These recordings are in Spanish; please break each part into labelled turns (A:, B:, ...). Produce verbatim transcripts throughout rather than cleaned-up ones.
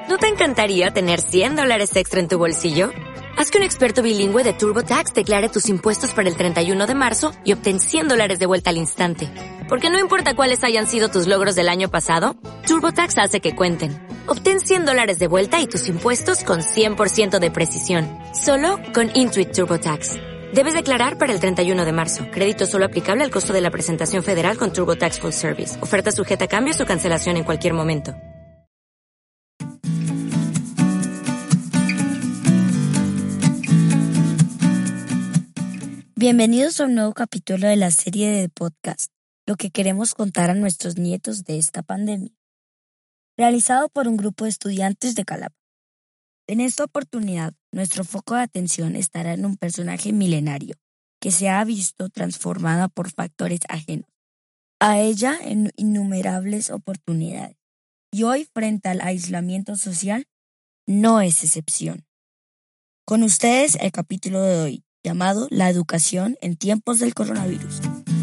A: ¿No te encantaría tener cien dólares extra en tu bolsillo? Haz que un experto bilingüe de TurboTax declare tus impuestos para el treinta y uno de marzo y obtén cien dólares de vuelta al instante. Porque no importa cuáles hayan sido tus logros del año pasado, TurboTax hace que cuenten. Obtén cien dólares de vuelta y tus impuestos con cien por ciento de precisión. Solo con Intuit TurboTax. Debes declarar para el treinta y uno de marzo. Crédito solo aplicable al costo de la presentación federal con TurboTax Full Service. Oferta sujeta a cambios o cancelación en cualquier momento.
B: Bienvenidos a un nuevo capítulo de la serie de podcast, lo que queremos contar a nuestros nietos de esta pandemia, realizado por un grupo de estudiantes de Calapa. En esta oportunidad, nuestro foco de atención estará en un personaje milenario que se ha visto transformada por factores ajenos a ella en innumerables oportunidades, y hoy frente al aislamiento social no es excepción. Con ustedes el capítulo de hoy, llamado La educación en tiempos del coronavirus.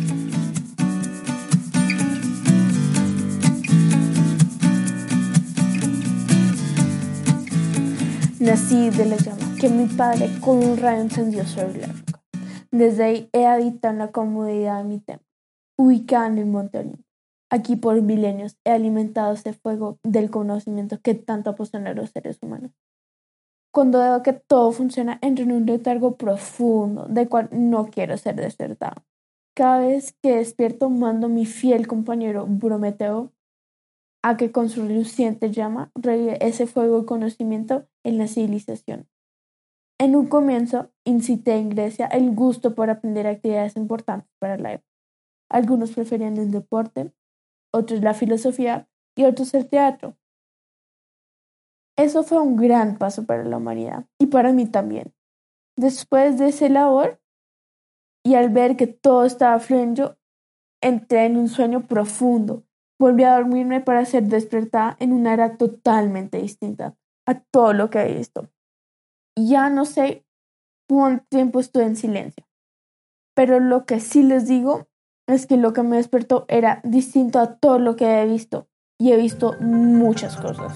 C: Nací de la llama que mi padre con un rayo encendió sobre la roca. Desde ahí he habitado en la comodidad de mi templo, ubicada en el Monte Olimpo. Aquí por milenios he alimentado ese fuego del conocimiento que tanto apasionan los seres humanos. Cuando veo que todo funciona, entro en un letargo profundo, del cual no quiero ser despertado. Cada vez que despierto, mando a mi fiel compañero Prometeo a que con su reluciente llama revive ese fuego de conocimiento en la civilización. En un comienzo, incité en Grecia el gusto por aprender actividades importantes para la época. Algunos preferían el deporte, otros la filosofía y otros el teatro. Eso fue un gran paso para la humanidad y para mí también. Después de esa labor y al ver que todo estaba fluyendo, entré en un sueño profundo. Volví a dormirme para ser despertada en una era totalmente distinta a todo lo que he visto. Ya no sé cuánto tiempo estuve en silencio, pero lo que sí les digo es que lo que me despertó era distinto a todo lo que he visto, y he visto muchas cosas.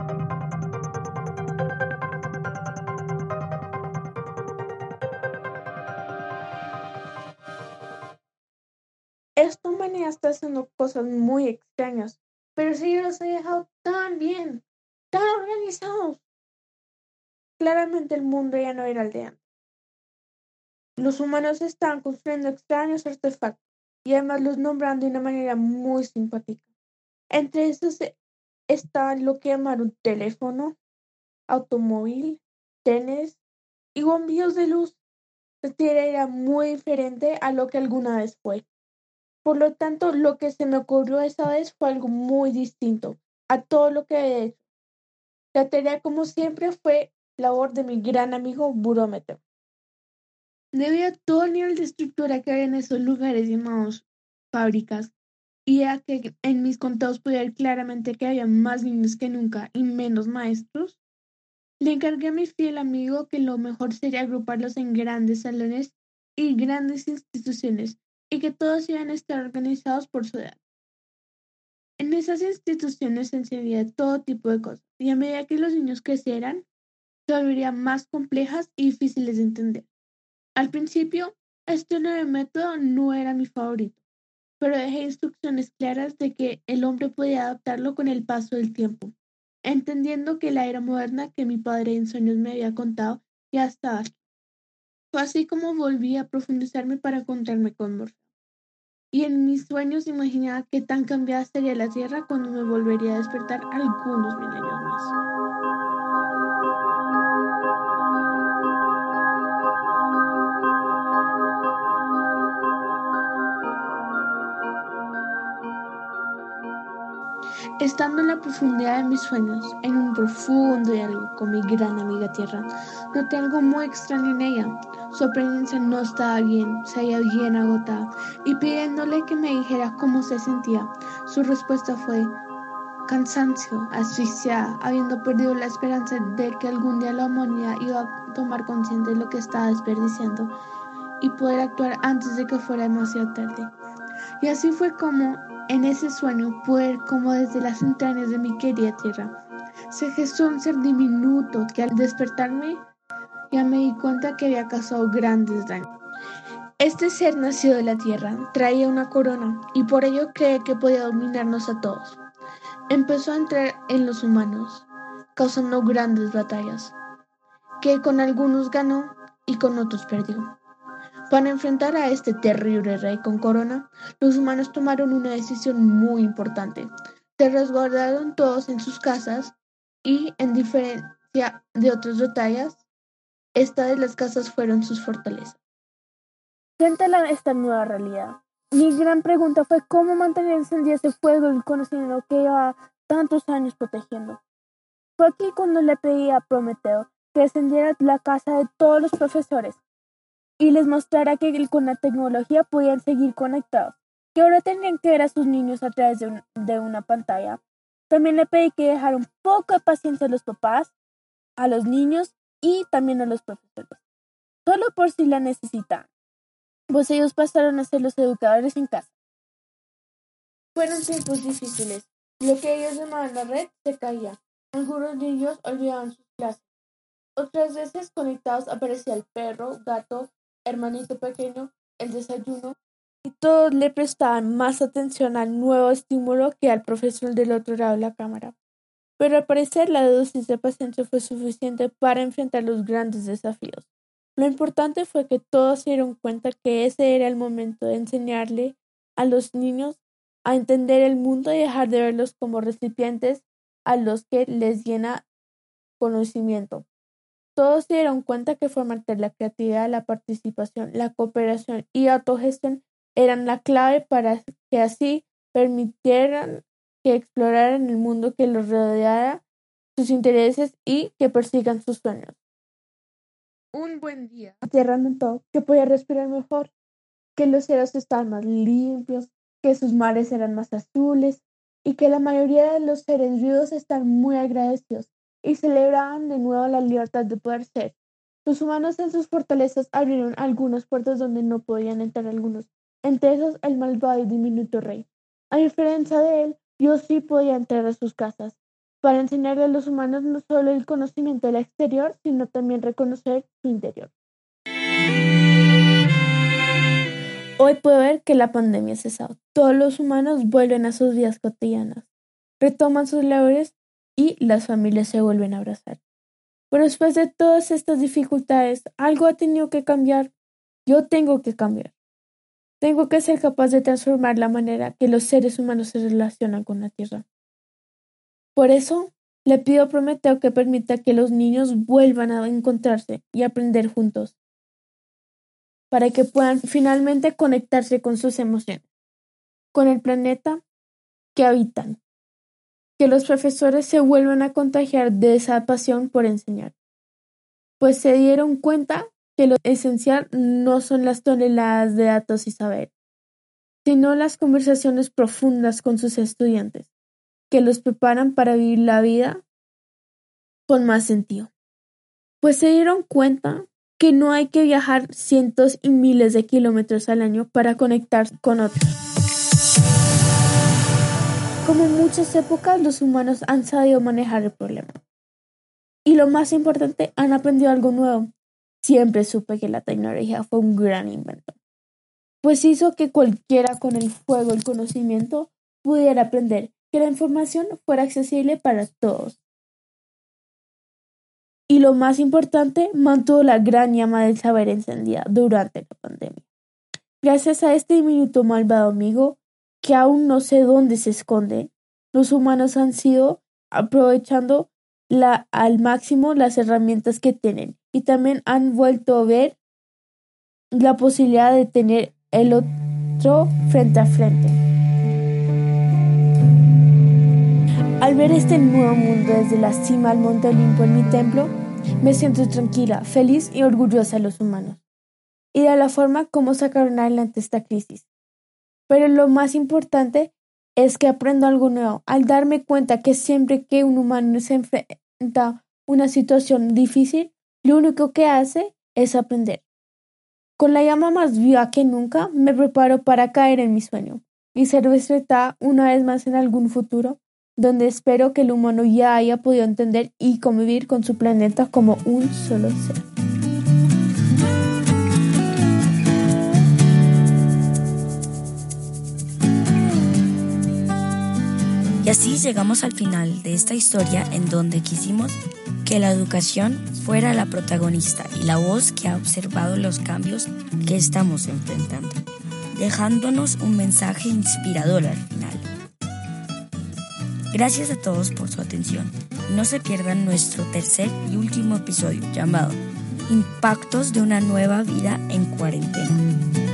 C: Esta humanidad está haciendo cosas muy extrañas, pero si yo los he dejado tan bien, tan organizados. Claramente el mundo ya no era el de antes. Los humanos están construyendo extraños artefactos y además los nombran de una manera muy simpática. Entre estos está lo que llamaron teléfono, automóvil, trenes y bombillos de luz. La Tierra era muy diferente a lo que alguna vez fue. Por lo tanto, lo que se me ocurrió esa vez fue algo muy distinto a todo lo que he hecho. La tarea, como siempre, fue labor de mi gran amigo Burómetro. Debido a todo el nivel de estructura que había en esos lugares llamados fábricas, y a que en mis contados podía ver claramente que había más niños que nunca y menos maestros, le encargué a mi fiel amigo que lo mejor sería agruparlos en grandes salones y grandes instituciones, y que todos iban a estar organizados por su edad. En esas instituciones se enseñaría todo tipo de cosas, y a medida que los niños crecieran, se volverían más complejas y difíciles de entender. Al principio, este nuevo método no era mi favorito, pero dejé instrucciones claras de que el hombre podía adaptarlo con el paso del tiempo, entendiendo que la era moderna que mi padre en sueños me había contado ya estaba aquí. Fue así como volví a profundizarme para encontrarme con Morfeo. Y en mis sueños imaginaba qué tan cambiada sería la Tierra cuando me volvería a despertar algunos mil años más. Estando en la profundidad de mis sueños, en un profundo diálogo con mi gran amiga Tierra, noté algo muy extraño en ella. Su apariencia no estaba bien, se veía bien agotada, y pidiéndole que me dijera cómo se sentía, su respuesta fue cansancio, asfixiada, habiendo perdido la esperanza de que algún día la humanidad iba a tomar conciencia de lo que estaba desperdiciando y poder actuar antes de que fuera demasiado tarde. Y así fue como, en ese sueño, pude ver cómo desde las entrañas de mi querida Tierra se gestó un ser diminuto que al despertarme ya me di cuenta que había causado grandes daños. Este ser nacido de la tierra traía una corona y por ello creía que podía dominarnos a todos. Empezó a entrar en los humanos, causando grandes batallas, que con algunos ganó y con otros perdió. Para enfrentar a este terrible rey con corona, los humanos tomaron una decisión muy importante. Se resguardaron todos en sus casas y, en diferencia de otras batallas, esta de las casas fueron sus fortalezas.
D: Frente a esta nueva realidad, mi gran pregunta fue cómo mantener encendido ese fuego del conocimiento que llevaba tantos años protegiendo. Fue aquí cuando le pedí a Prometeo que encendiera la casa de todos los profesores y les mostrara que con la tecnología podían seguir conectados, que ahora tenían que ver a sus niños a través de, un, de una pantalla. También le pedí que dejara un poco de paciencia a los papás, a los niños y también a los profesores, solo por si la necesitaban, pues ellos pasaron a ser los educadores en casa.
C: Fueron tiempos difíciles. Lo que ellos llamaban la red se caía. Algunos niños olvidaban sus clases. Otras veces conectados aparecía el perro, gato, hermanito pequeño, el desayuno, y todos le prestaban más atención al nuevo estímulo que al profesor del otro lado de la cámara. Pero al parecer la dosis de paciencia fue suficiente para enfrentar los grandes desafíos. Lo importante fue que todos se dieron cuenta que ese era el momento de enseñarle a los niños a entender el mundo y dejar de verlos como recipientes a los que les llena conocimiento. Todos se dieron cuenta que fomentar la creatividad, la participación, la cooperación y autogestión eran la clave para que así permitieran que exploraran el mundo que los rodeara, sus intereses y que persigan sus sueños. Un buen día, la Tierra notó que podía respirar mejor, que los cielos estaban más limpios, que sus mares eran más azules y que la mayoría de los seres vivos están muy agradecidos y celebraban de nuevo la libertad de poder ser. Los humanos en sus fortalezas abrieron algunas puertas donde no podían entrar algunos, entre esos el malvado y diminuto rey. A diferencia de él, yo sí podía entrar a sus casas, para enseñarle a los humanos no solo el conocimiento del exterior, sino también reconocer su interior. Hoy puedo ver que la pandemia ha cesado. Todos los humanos vuelven a sus vidas cotidianas, retoman sus labores y las familias se vuelven a abrazar. Pero después de todas estas dificultades, algo ha tenido que cambiar. Yo tengo que cambiar. Tengo que ser capaz de transformar la manera que los seres humanos se relacionan con la Tierra. Por eso, le pido a Prometeo que permita que los niños vuelvan a encontrarse y aprender juntos, para que puedan finalmente conectarse con sus emociones, con el planeta que habitan, que los profesores se vuelvan a contagiar de esa pasión por enseñar, pues se dieron cuenta que lo esencial no son las toneladas de datos y saber, sino las conversaciones profundas con sus estudiantes, que los preparan para vivir la vida con más sentido. Pues se dieron cuenta que no hay que viajar cientos y miles de kilómetros al año para conectar con otros. Como en muchas épocas, los humanos han sabido manejar el problema. Y lo más importante, han aprendido algo nuevo. Siempre supe que la tecnología fue un gran invento, pues hizo que cualquiera con el fuego del conocimiento pudiera aprender, que la información fuera accesible para todos. Y lo más importante, mantuvo la gran llama del saber encendida durante la pandemia. Gracias a este diminuto malvado amigo, que aún no sé dónde se esconde, los humanos han sido aprovechando la, al máximo las herramientas que tienen y también han vuelto a ver la posibilidad de tener el otro frente a frente. Al ver este nuevo mundo desde la cima del Monte Olimpo en mi templo, me siento tranquila, feliz y orgullosa de los humanos y de la forma como sacaron adelante esta crisis. Pero lo más importante es que aprendo algo nuevo al darme cuenta que siempre que un humano se enfrenta a una situación difícil, lo único que hace es aprender. Con la llama más viva que nunca, me preparo para caer en mi sueño y ser respetada una vez más en algún futuro,
D: donde espero que el humano ya haya podido entender y convivir con su planeta como un solo ser.
B: Y así llegamos al final de esta historia en donde quisimos que la educación fuera la protagonista y la voz que ha observado los cambios que estamos enfrentando, dejándonos un mensaje inspirador al final. Gracias a todos por su atención y no se pierdan nuestro tercer y último episodio llamado Impactos de una nueva vida en cuarentena.